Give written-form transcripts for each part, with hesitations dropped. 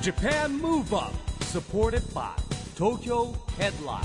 Japan Move Up supported by Tokyo Headline。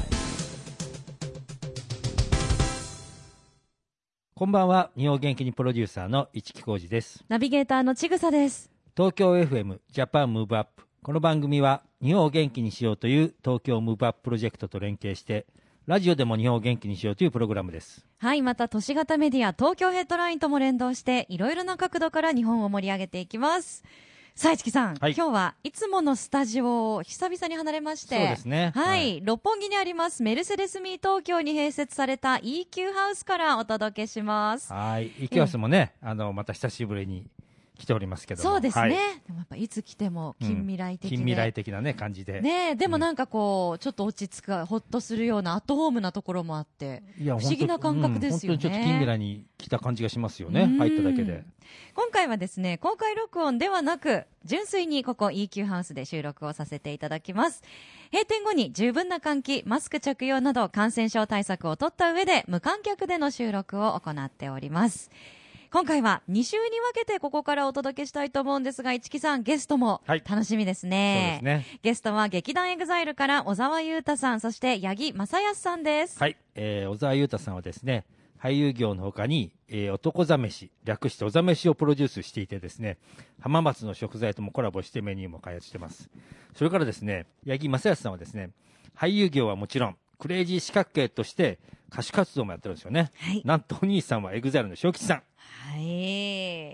こんばんは。日本元気にプロデューサーの市木浩司です。 ナビゲーターのちぐさです。 東京 FM ジャパンムーブアップ。この番組は日本を元気にしようという東京ムーブアッププロジェクトと連携してラジオでも日本を元気にしようというプログラムです。 はい、また都市型メディア東京ヘッドラインとも連動していろいろな角度から日本を盛り上げていきます。さあ市木さん、 はい、 今日はいつものスタジオを久々に離れまして、 そうですね、 はい、六本木にありますメルセデスミー東京に併設された EQ ハウスからお届けします。 はい、EQ ハウスもね、また久しぶりに来ておりますけども。 そうですね、 はい、 でもやっぱいつ来ても近未来的で、 近未来的な、ね、感じで、 ね、でもなんかこう、ちょっと落ち着くほっとするようなアットホームなところもあって不思議な感覚ですよね、 本当にちょっと近未来に来た感じがしますよね、入っただけで。 今回はですね、公開録音ではなく純粋にここ EQ ハウスで収録をさせていただきます。閉店後に十分な換気、マスク着用など感染症対策を取った上で無観客での収録を行っております。今回は2週に分けてここからお届けしたいと思うんですが、市木さんゲストも楽しみですね。 そうですね。 ゲストは劇団エグザイルから小澤優太さん、そして八木正康さんです。 はい、小澤優太さんはですね、俳優業の他に、男座飯、略してお座飯をプロデュースしていてですね、浜松の食材ともコラボしてメニューも開発してます。それからですね、八木正康さんはですね、俳優業はもちろんクレイジー四角形として歌手活動もやってるんですよね。 はい、 なんとお兄さんはエグザイルの正吉さん。 はい、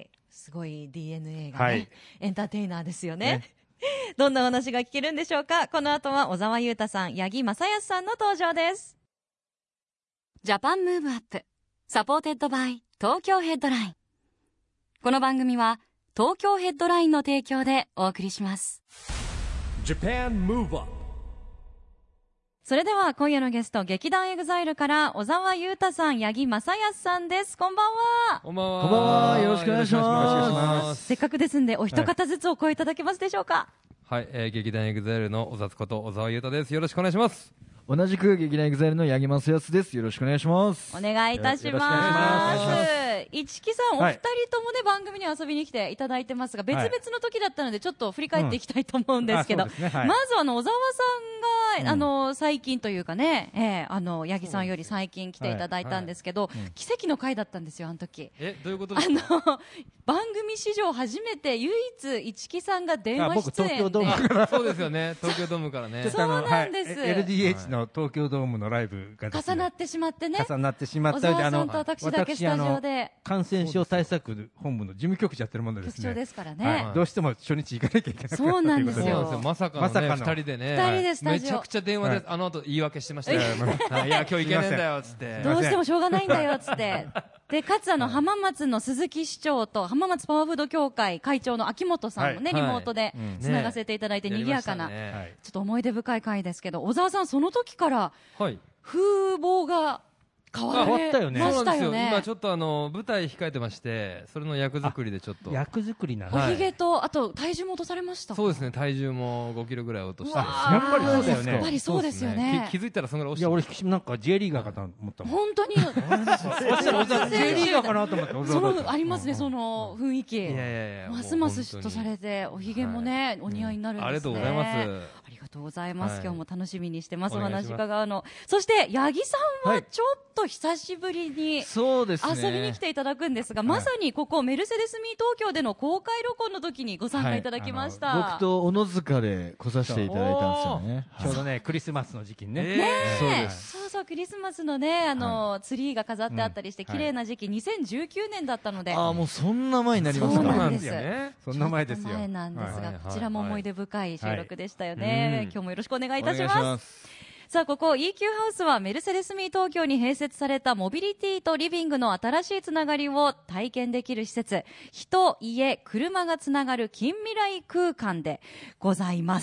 すごい DNA がね、 はい、 エンターテイナーですよね。どんなお話が聞けるんでしょうか。この後は小澤優太さん、八木正康さんの登場です。ジャパンムーブアップサポーテッドバイ東京ヘッドライン。この番組は東京ヘッドラインの提供でお送りします。 Japan Move Up。 それでは今夜のゲスト、劇団エグザイルから小澤優太さん、八木正康さんです。こんばんは。 こんばんは。 こんばんは。よろしくお願いします。 せっかくですんでお一方ずつお声いただけますでしょうか。 はい、劇団エグザイルの小札こと小澤優太です。よろしくお願いします。 同じく劇団エグザイルの八木正康です。よろしくお願いします。 お願いいたします。市木さん、お二人ともね、番組に遊びに来ていただいてますが、別々の時だったのでちょっと振り返っていきたいと思うんですけど、まず小澤さんが、最近というかね、八木さんより最近来ていただいたんですけど、奇跡の回だったんですよ、あの時。 どういうことですか。 番組史上初めて唯一市木さんが電話出演で、 僕東京ドームからそうですよね、東京ドームからね。 そうなんです、 LDH の東京ドームのライブが重なってしまってね、 重なってしまった小澤さんと私だけスタジオで、 感染症対策本部の事務局長やってるものですね。 局長ですからね、 どうしても初日行かなきゃいけなかった。 そうなんですよ。 まさかのね、2人でね、 2人でスタジオめちゃくちゃ電話で、あの後言い訳してましたよ。いや今日行けねえんだよっつって、 どうしてもしょうがないんだよっつって、でかつ浜松の鈴木市長と浜松パワーフード協会会長の秋元さんもね、リモートでつながせていただいて、賑やかな、ちょっと思い出深い回ですけど、小澤さんその時から風貌が変わったよね。 そうなんですよ。今ちょっと舞台控えてまして、それの役作りでちょっと役作りなおひげと、あと体重も落とされました。 そうですね、体重も5キロぐらい落として。 やっぱりそうだよね。 やっぱりそうですよね。 気づいたらそのぐらい落ちて。 いや俺なんか J リーガーかと思ったもん。 本当に J リーガーかなと思って。 そのありますね、その雰囲気。 いやますます嫉妬されて、おひげもねお似合いになるんですね。 ありがとうございます。 ありがとうございます。今日も楽しみにしてます。お話伺うの。そして八木さんはちょっと久しぶりに遊びに来ていただくんですが、まさにここメルセデスミー東京での公開録音の時にご参加いただきました。 僕と小野塚で来させていただいたんですよね。 ちょうどねクリスマスの時期にね。 そうです。 そうそう、クリスマスのねツリーが飾ってあったりして綺麗な時期、2019年だったので。 もうそんな前になりますか。 そうなんですよね。そんな前ですよ。 前なんですが、こちらも思い出深い収録でしたよね。今日もよろしくお願いいたします。さあ、ここ EQ ハウスはメルセデスミー東京に併設されたモビリティとリビングの新しいつながりを体験できる施設、人、家、車がつながる近未来空間でございます。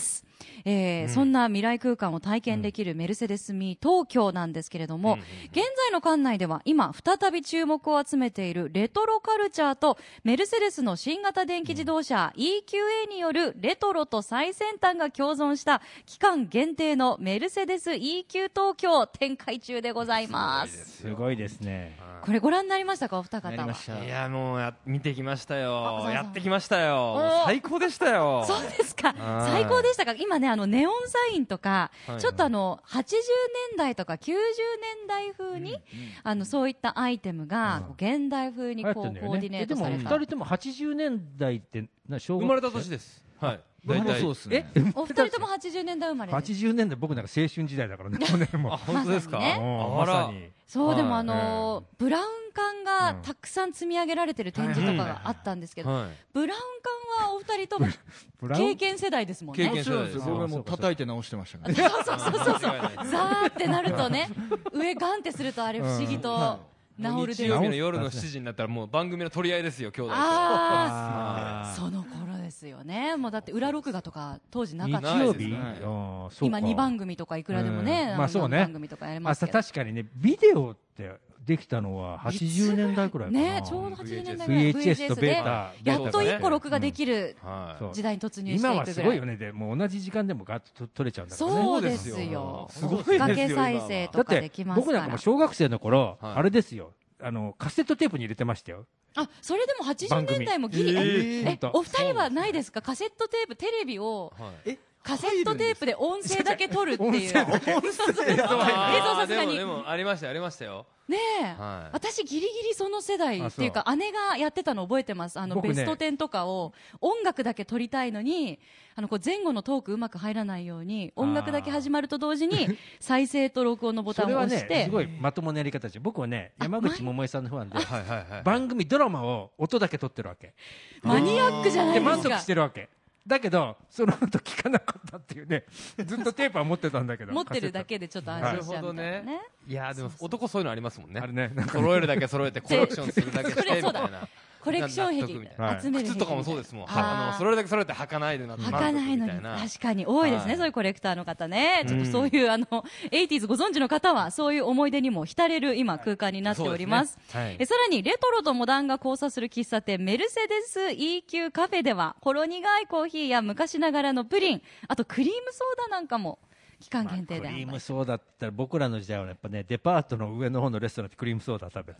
そんな未来空間を体験できるメルセデスミー東京なんですけれども、現在の館内では今再び注目を集めているレトロカルチャーとメルセデスの新型電気自動車 EQA によるレトロと最先端が共存した期間限定のメルセデス EQ 東京展開中でございます。 すごいですね。 これご覧になりましたか、お二方は。 いやもう見てきましたよ。 あやってきましたよ。もう最高でしたよ。 そうですか。最高でしたか。今ね、ネオンサインとか、ちょっと80年代とか90年代風に、そういったアイテムが現代風にこう、コーディネートされた。 でも二人とも80年代って生まれた年です。はい。 僕もそうですね。 お二人とも80年代生まれです。 80年代僕なんか青春時代だからね。 あ、本当ですか。 まさに。 そう、でもブラウン管がたくさん積み上げられてる展示とかがあったんですけど、ブラウン管はお二人とも経験世代ですもんね。 経験世代です。僕も叩いて直してましたから。 そう。ザーってなるとね、上ガンってするとあれ不思議と治るで。 日曜日の夜の7時になったらもう番組の取り合いですよ、兄弟と。 その頃ですよね。もうだって裏録画とか当時なかった日曜です。 日今2番組とかいくらでもね、番組とかやれますけど。 確かにね、ビデオってできたのは80年代くらいかな。 ね、ちょうど80年代ぐらい。 VHS とベータやっと1個録画できる時代に突入していくぐらい。 今はすごいよね。でも同じ時間でもガッと撮れちゃうんだからね。 そうですよ。 すごいですよ。 追っかけ再生とかできますから。 僕なんかも小学生の頃、あれですよ、カセットテープに入れてましたよ。 あ、それでも80年代もギリ。お二人はないですか？カセットテープ、テレビをカセットテープで音声だけ撮るっていう。映像さすがに。 でもありましたよ。 ねえ、私ギリギリその世代っていうか、姉がやってたの覚えてます。ベスト10とかを音楽だけ撮りたいのに、こう前後のトークうまく入らないように、音楽だけ始まると同時に再生と録音のボタンを押して。それはね、すごいまともなやり方ですよ。僕はね、山口百恵さんのファンで、番組ドラマを音だけ撮ってるわけ。 マニアックじゃないですか。 で満足してるわけ。だけどその後聞かなかったっていうね。ずっとテープは持ってたんだけど。 持ってるだけでちょっと安心しちゃうみたいなね。 いやでも男そういうのありますもんね。 あれね。 揃えるだけ揃えてコレクションするだけしてみたいな。 コレクション壁集める靴とかもそうですもん。それだけ揃えて履かないでなって。 履かないのに確かに多いですね。そういうコレクターの方ね。ちょっとそういう80s ご存知の方はそういう思い出にも浸れる今空間になっております。さらにレトロとモダンが交差する喫茶店メルセデス EQ カフェではほろ苦いコーヒーや昔ながらのプリン、あとクリームソーダなんかも期間限定で、 クリームソーダって言ったら僕らの時代はやっぱね、デパートの上の方のレストランでクリームソーダ食べる。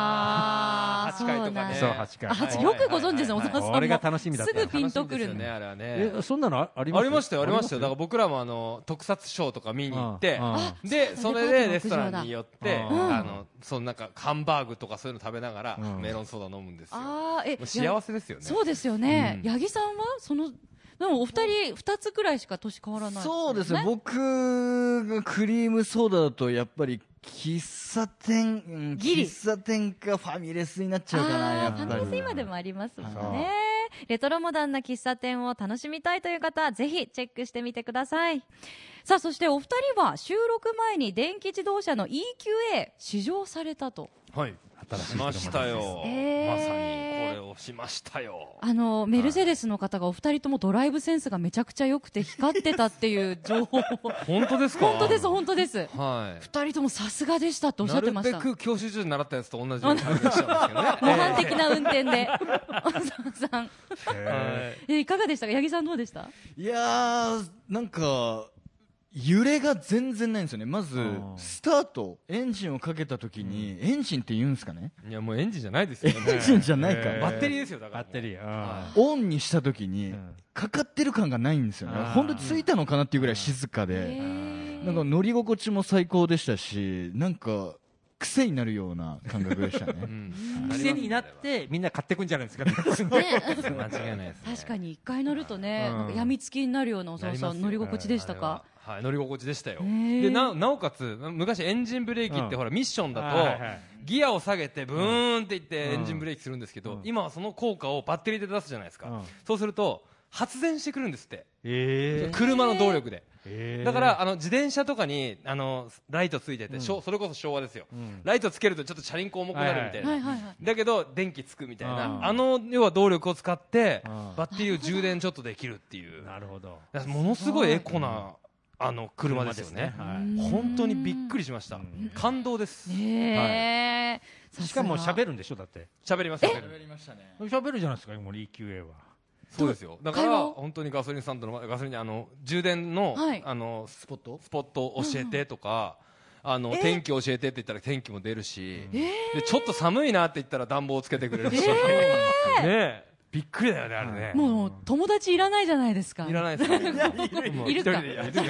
8階とかね。 そう、8階。 よくご存知ですね、小沢さんも。 俺が楽しみだった。 すぐピンとくるね、あれはね。 そんなのありましたよ。だから僕らも特撮ショーとか見に行って、でそれでレストランに寄ってそのなんかハンバーグとかそういうの食べながらメロンソーダ飲むんですよ。幸せですよね。 そうですよね。八木さんはでもお二人2つくらいしか年変わらないですね。 そうですね。僕がクリームソーダだとやっぱり喫茶店かファミレスになっちゃうかな。やっぱりファミレス今でもありますもんね。レトロモダンな喫茶店を楽しみたいという方、ぜひチェックしてみてください。さあ、そしてお二人は収録前に電気自動車の EQA 試乗されたと。 はい、しましたよ。まさにこれをしましたよ。 メルセデスの方がお二人ともドライブセンスがめちゃくちゃ良くて光ってたっていう情報を本当ですか？ 本当です。二人ともさすがでしたっておっしゃってました。 なるべく教習所で習ったやつと同じように感じしたんですけどね。 模範的な運転で小沢さんいかがでしたか？八木さんどうでした？ いやー、なんか揺れが全然ないんですよね。まずスタートエンジンをかけた時に、エンジンって言うんですかね。 いやもうエンジンじゃないですよね。 エンジンじゃないか、 バッテリーですよ。だからバッテリーオンにした時にかかってる感がないんですよね。本当についたのかなっていうぐらい静かで、なんか乗り心地も最高でしたし、なんか癖になるような感覚でしたね。 癖になってみんな買ってくんじゃないですかね。 間違いないです。 確かに一回乗るとね、やみつきになるような乗り心地でしたか？ はい、乗り心地でしたよ。でなおかつ昔エンジンブレーキってほらミッションだとギアを下げてブーンっていってエンジンブレーキするんですけど、今はその効果をバッテリーで出すじゃないですか。そうすると発電してくるんですって、車の動力で。だから自転車とかにライトついてて、それこそ昭和ですよ、ライトつけるとちょっとチャリンコ重くなるみたいな、だけど電気つくみたいな、要は動力を使ってバッテリーを充電ちょっとできるっていう、 なるほど、 ものすごいエコな車ですよね。本当にびっくりしました。感動です。 しかも喋るんでしょ、だって喋ります。 喋りましたね。 喋るじゃないですか、今 EQA は。 そうですよ。だから本当にガソリンスタンドのガソリン充電のスポットを教えてとか、天気教えてって言ったら天気も出るし、でちょっと寒いなって言ったら暖房をつけてくれるし、ね、びっくりだよね、あれね。 もう友達いらないじゃないですか。 いらないですね。 いるか。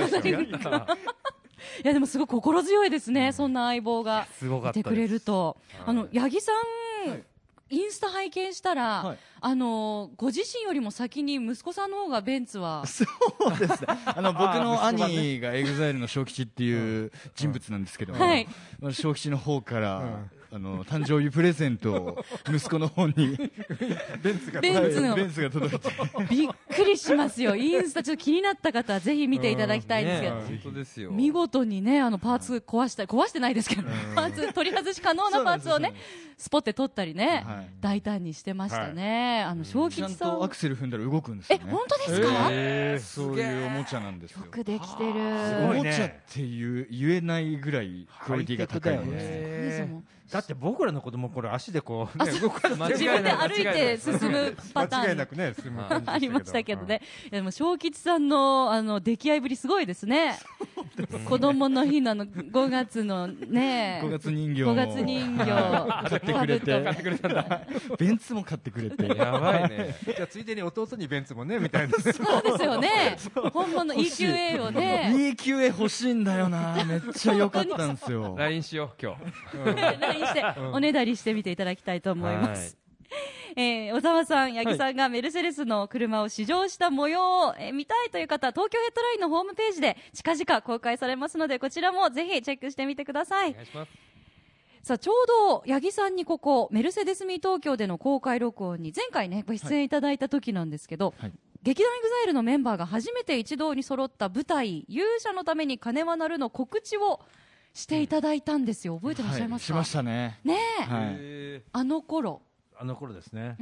いやでもすごく心強いですね、そんな相棒がいてくれると。八木さん、インスタ拝見したら、ご自身よりも先に息子さんの方がベンツは。 そうですね。僕の兄が EXILE の小吉っていう人物なんですけども、小吉の方から、誕生日プレゼントを息子の方にベンツが届いてびっくりしますよ。インスタちょっと気になった方はぜひ見ていただきたいんですけど、 本当ですよ。 見事にねパーツ壊してないですけど、パーツ取り外し可能なパーツをねスポッて取ったりね、大胆にしてましたね。小吉さんちゃんとアクセル踏んだら動くんですよね。 本当ですか？ そういうおもちゃなんですよ。 よくできてる。 おもちゃって言えないぐらいクオリティが高いんです。 だって僕らの子供これ足でこう、 自分で歩いて進むパターン間違いなくね進む感じありましたけどね。でも小吉さんの出来合いぶりすごいですね。子供の日の5月のね、 5月人形買ってくれて、ベンツも買ってくれて、 やばいね。 じゃあついでに弟にベンツもねみたいな。 そうですよね。本物 EQA をね。 EQA 欲しいんだよな。めっちゃ良かったんですよ。 LINE しよう今日。 LINE しておねだりしてみていただきたいと思います。小沢さん、八木さんがメルセデスの車を試乗した模様を見たいという方、東京ヘッドラインのホームページで近々公開されますので、こちらもぜひチェックしてみてください。 お願いします。 さあちょうど八木さんにここメルセデスミー東京での公開録音に前回ねご出演いただいた時なんですけど、劇団 EXILE のメンバーが初めて一堂に揃った舞台勇者のために鐘は鳴るの告知をしていただいたんですよ。覚えてらっしゃいますか？ しましたね。 ねえ、あの頃ですね。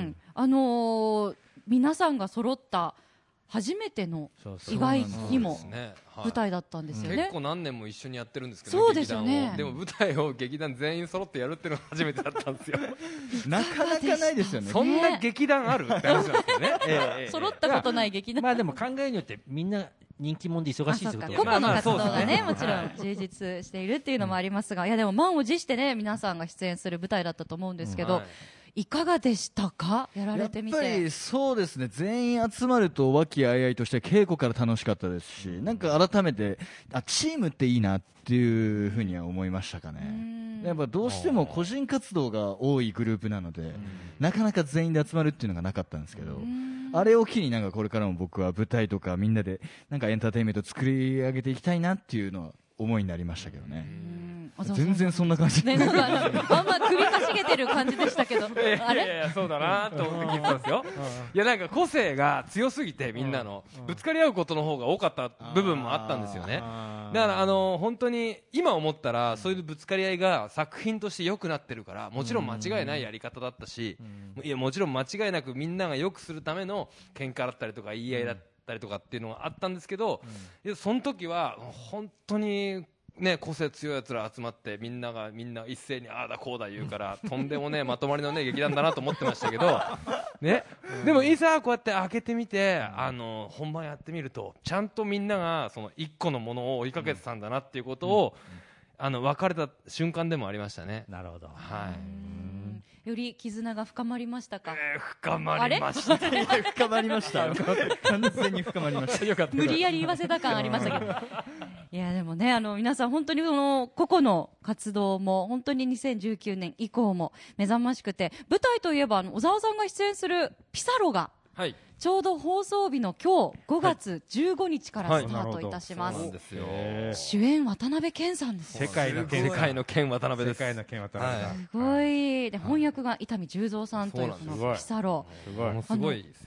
皆さんが揃った初めての意外にも舞台だったんですよね。 結構何年も一緒にやってるんですけど、 そうですよね。 でも舞台を劇団全員揃ってやるっていうのが初めてだったんですよ。 なかなかないですよね。 そんな劇団あるって話なんですよね。 揃ったことない劇団。 まあでも考えによってみんな人気者で忙しいってこと個々の活動がね、もちろん充実しているっていうのもありますが、いやでも満を持してね皆さんが出演する舞台だったと思うんですけど、いかがでしたか？やられてみて。 やっぱりそうですね、全員集まると和気あいあいとして稽古から楽しかったですし、なんか改めてチームっていいなっていうふうには思いましたかね。やっぱどうしても個人活動が多いグループなので、なかなか全員で集まるっていうのがなかったんですけど、あれを機になんかこれからも僕は舞台とかみんなでなんかエンターテインメント作り上げていきたいなっていうのは思いになりましたけどね。全然そんな感じで、 ね、あんま首かしげてる感じでしたけどあれいやそうだなと思って聞いてたんですよ。いやなんか個性が強すぎてみんなのぶつかり合うことの方が多かった部分もあったんですよね。だから本当に今思ったらそういうぶつかり合いが作品として良くなってるから、もちろん間違いないやり方だったし、いやもちろん間違いなくみんなが良くするための喧嘩だったりとか言い合いだったりとかっていうのがあったんですけど、その時は本当にね、個性強いやつら集まってみんな一斉にああだこうだ言うからとんでもねまとまりのね劇団だなと思ってましたけど、ね、でもいざこうやって開けてみて本番やってみるとちゃんとみんながその一個のものを追いかけてたんだなっていうことを別れた瞬間でもありましたね。 なるほど。 はい。 より絆が深まりましたか？ 深まりました。 深まりました。完全に深まりました。よかった。 無理やり言わせた感ありましたけど。いやでもね皆さん本当に個々の活動も本当に2019年以降も目覚ましくて、舞台といえば小沢さんが出演するピサロが、ちょうど放送日の今日5月15日からスタートいたします。主演渡辺謙さんです。 世界の剣渡辺です。 世界の剣渡辺だ。 すごい。で翻訳が伊丹十三さんというこのピサロ。 すごいですよ。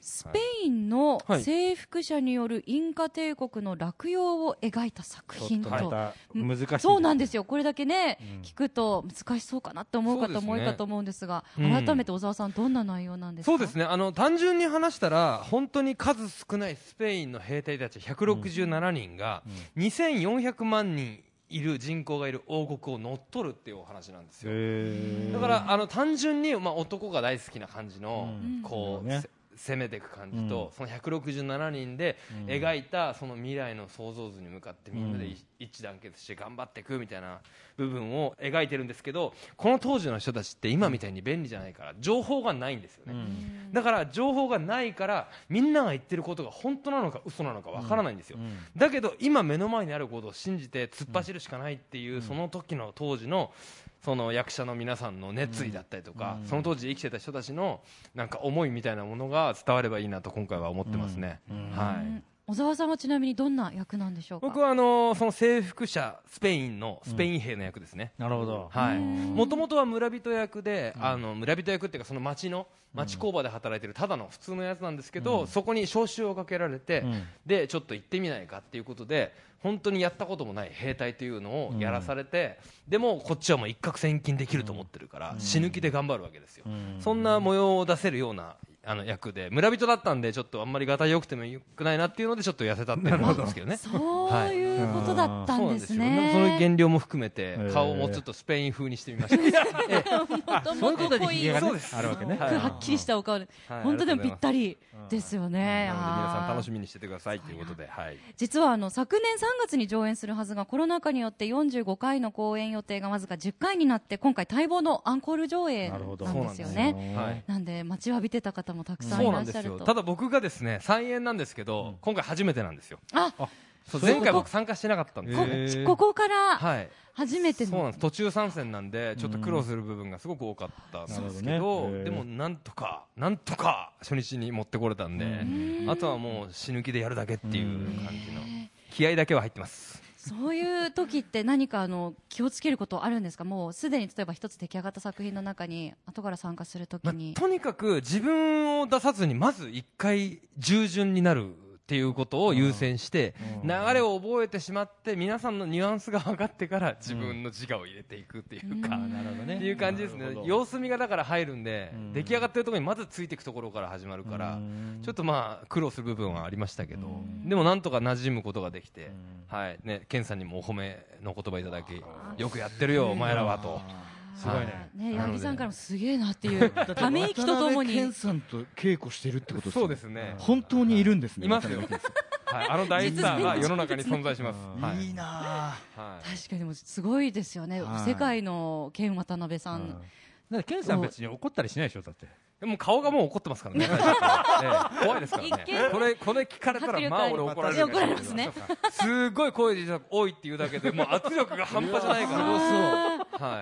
スペインの征服者によるインカ帝国の落葉を描いた作品と、 難しい、 そうなんですよ。これだけね、聞くと難しそうかなと思う方も多いかと思うんですが、改めて小沢さん、どんな内容なんですか？ そうですね、単純に話したら本当に数少ないスペインの兵隊たち167人が2400万人いる人口がいる王国を乗っ取るっていうお話なんですよ。だから単純に、男が大好きな感じの、こう、攻めていく感じと、その167人で描いたその未来の創造図に向かってみんなで一致団結して頑張っていくみたいな部分を描いてるんですけど、この当時の人たちって今みたいに便利じゃないから情報がないんですよね。だから情報がないからみんなが言ってることが本当なのか嘘なのかわからないんですよ。だけど今目の前にあることを信じて突っ走るしかないっていう、その時の当時のその役者の皆さんの熱意だったりとか、その当時生きてた人たちのなんか思いみたいなものが伝わればいいなと今回は思ってますね。はい。 小沢さんはちなみにどんな役なんでしょうか？ 僕はその征服者スペインのスペイン兵の役ですね。 なるほど。 はい。もともとは村人役で、村人役っていうかその町工場で働いてるただの普通のやつなんですけど、そこに招集をかけられて、でちょっと行ってみないかっていうことで本当にやったこともない兵隊というのをやらされて、でもこっちはもう一攫千金できると思ってるから、死ぬ気で頑張るわけですよ。そんな模様を出せるような役で、村人だったんでちょっとあんまりがたい良くてもよくないなっていうのでちょっと痩せたっていうのなんですけどね。 そういうことだったんですね。 その減量も含めて顔をもうちょっとスペイン風にしてみました。 そういうことでひげがあるわけね。 はっきりしたお顔で、本当でもぴったりですよね。 なので皆さん楽しみにしててくださいということで、 実は昨年3月に上演するはずがコロナ禍によって45回の公演予定がわずか10回になって、今回待望のアンコール上映なんですよね。なんで待ちわびてた方もたくさんいらっしゃると。 ただ僕がですね再演なんですけど、今回初めてなんですよ。前回僕参加してなかったんですここから初めての。 そうなんです。途中参戦なんでちょっと苦労する部分がすごく多かったんですけど、でもなんとか初日に持ってこれたんで、あとはもう死ぬ気でやるだけっていう感じの気合だけは入ってます。 そういう時って何か気をつけることあるんですか？もうすでに例えば一つ出来上がった作品の中に後から参加するときに、 とにかく自分を出さずにまず一回従順になるっていうことを優先して流れを覚えてしまって、皆さんのニュアンスが分かってから自分の自我を入れていくっていうか、っていう感じですね。様子見がだから入るんで、出来上がってるところにまずついていくところから始まるから、ちょっと苦労する部分はありましたけど、でもなんとか馴染むことができて、ケンさんにもお褒めの言葉いただき、よくやってるよお前らはと。 すごいね。 八木さんからもすげえなっていうため息とともにケンさんと稽古してるってことですね。 そうですね。 本当にいるんですね。 いますよ。大スターが世の中に存在します。 いいな。 確かにもすごいですよね。世界のケン渡辺さん。 ケンさん別に怒ったりしないでしょだって。 もう顔がもう怒ってますからね。怖いですからね。これ聞かれたら俺怒られる。 怒られますね。 すごい声で多いっていうだけでもう圧力が半端じゃないから。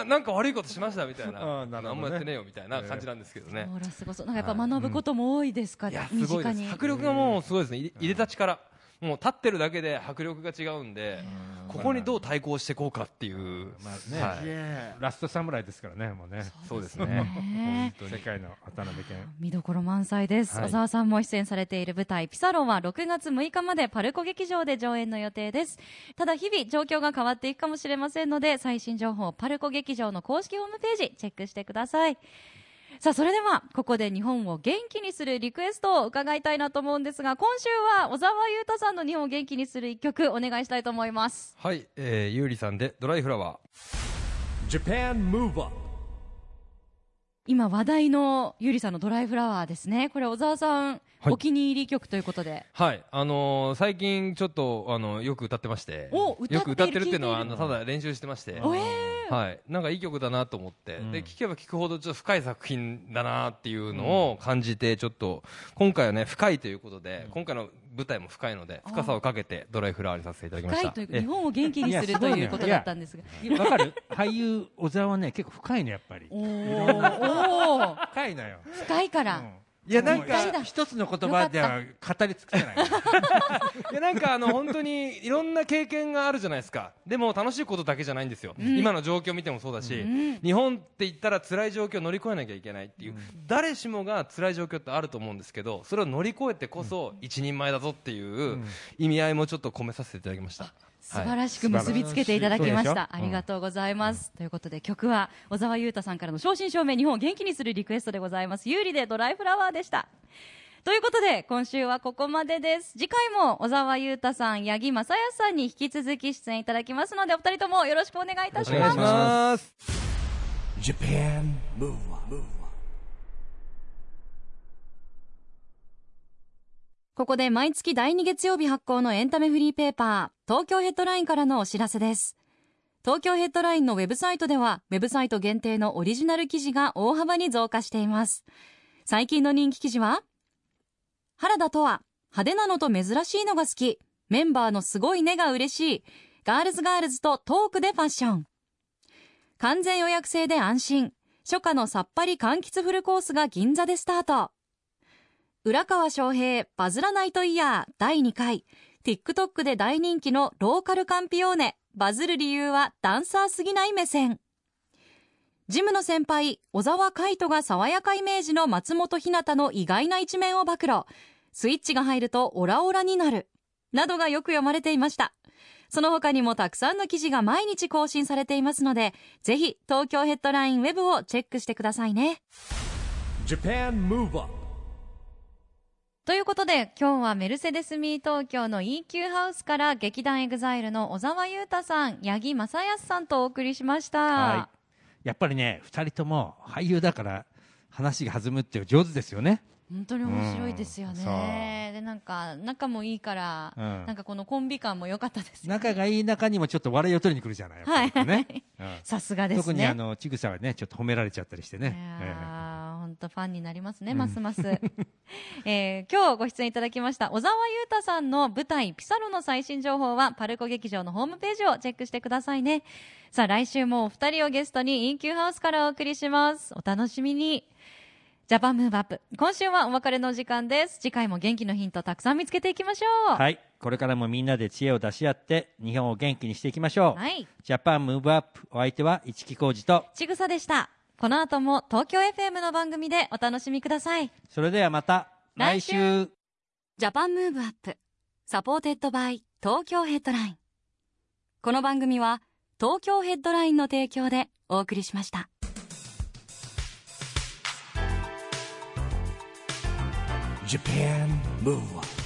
なんか悪いことしましたみたいな、あんまやってねえよみたいな感じなんですけどね。 すごそう。なんかやっぱ学ぶことも多いですか？身近に。 迫力がもうすごいですね。いでたちから。もう立ってるだけで迫力が違うんで、ここにどう対抗していこうかっていう、 ラストサムライですからね、もうね。 そうですね。 世界の渡辺謙。 見どころ満載です。小沢さんも出演されている舞台ピサロは6月6日までパルコ劇場で上演の予定です。ただ日々状況が変わっていくかもしれませんので、最新情報パルコ劇場の公式ホームページチェックしてください。さあ、それではここで日本を元気にするリクエストを伺いたいなと思うんですが、今週は小澤優太さんの日本を元気にする一曲お願いしたいと思います。 はい、ゆうりさんでドライフラワー。 Japan Move Up。 今話題のゆうりさんのドライフラワーですね。これ小澤さん、お気に入り曲ということで。 はい、最近ちょっとよく歌ってまして、よく歌ってるっていうのはただ練習してまして、はい、なんかいい曲だなと思って、で聴けば聴くほどちょっと深い作品だなっていうのを感じて、ちょっと今回はね深いということで、今回の舞台も深いので深さをかけてドライフラワーにさせていただきました。 深いという日本を元気にするということだったんですが、 わかる？俳優小沢はね結構深いのやっぱり。 深いのよ。 いから。 いやなんか一つの言葉では語り尽くせないいやなんか本当にいろんな経験があるじゃないですか。でも楽しいことだけじゃないんですよ、今の状況を見てもそうだし、日本って言ったら辛い状況を乗り越えなきゃいけないっていう、誰しもが辛い状況ってあると思うんですけど、それを乗り越えてこそ一人前だぞっていう意味合いもちょっと込めさせていただきました。 素晴らしく結びつけていただきました。ありがとうございます。ということで曲は小澤優太さんからの正真正銘日本を元気にするリクエストでございます。有利でドライフラワーでした。ということで今週はここまでです。次回も小澤優太さん、八木正康さんに引き続き出演いただきますので、お二人ともよろしくお願いいたします。お願いします。 Japan Move Up。 ここで毎月第2月曜日発行のエンタメフリーペーパー、東京ヘッドラインからのお知らせです。東京ヘッドラインのウェブサイトでは、ウェブサイト限定のオリジナル記事が大幅に増加しています。最近の人気記事は、原田とは派手なのと珍しいのが好き、メンバーのすごいねが嬉しい、ガールズとトークでファッション。完全予約制で安心、初夏のさっぱり柑橘フルコースが銀座でスタート。浦川翔平バズらナイトイヤー第2回 TikTok で大人気のローカルカンピオーネ、バズる理由はダンサーすぎない目線。ジムの先輩小沢海人が爽やかイメージの松本ひなたの意外な一面を暴露、スイッチが入るとオラオラになるなどがよく読まれていました。その他にもたくさんの記事が毎日更新されていますので、ぜひ東京ヘッドラインウェブをチェックしてくださいね。 Japan Move Up。 ということで今日はメルセデスミー東京の EQ ハウスから劇団エグザイルの小澤優太さん、八木正康さんとお送りしました。 はい、やっぱりね2人とも俳優だから話が弾むっていう上手ですよね。 本当に面白いですよね。でなんか仲もいいから、なんかこのコンビ感も良かったですよね。 仲がいい中にもちょっと笑いを取りに来るじゃない、ね、 さすがですね。 特にちぐさはねちょっと褒められちゃったりしてね。 本当ファンになりますね、ますます。今日ご出演いただきました小澤優太さんの舞台ピサロの最新情報はパルコ劇場のホームページをチェックしてくださいね。さあ来週もお二人をゲストに EQ ハウスからお送りします。お楽しみに。ジャパンムーブアップ、今週はお別れの時間です。次回も元気のヒントたくさん見つけていきましょう。 はい、これからもみんなで知恵を出し合って日本を元気にしていきましょう。 はい、 ジャパンムーブアップ、お相手は市木浩二とちぐさでした。この後も東京 FM の番組でお楽しみください。 それではまた来週。 ジャパンムーブアップ、サポーテッドバイ東京ヘッドライン。この番組は東京ヘッドラインの提供でお送りしました。 Japan Move Up。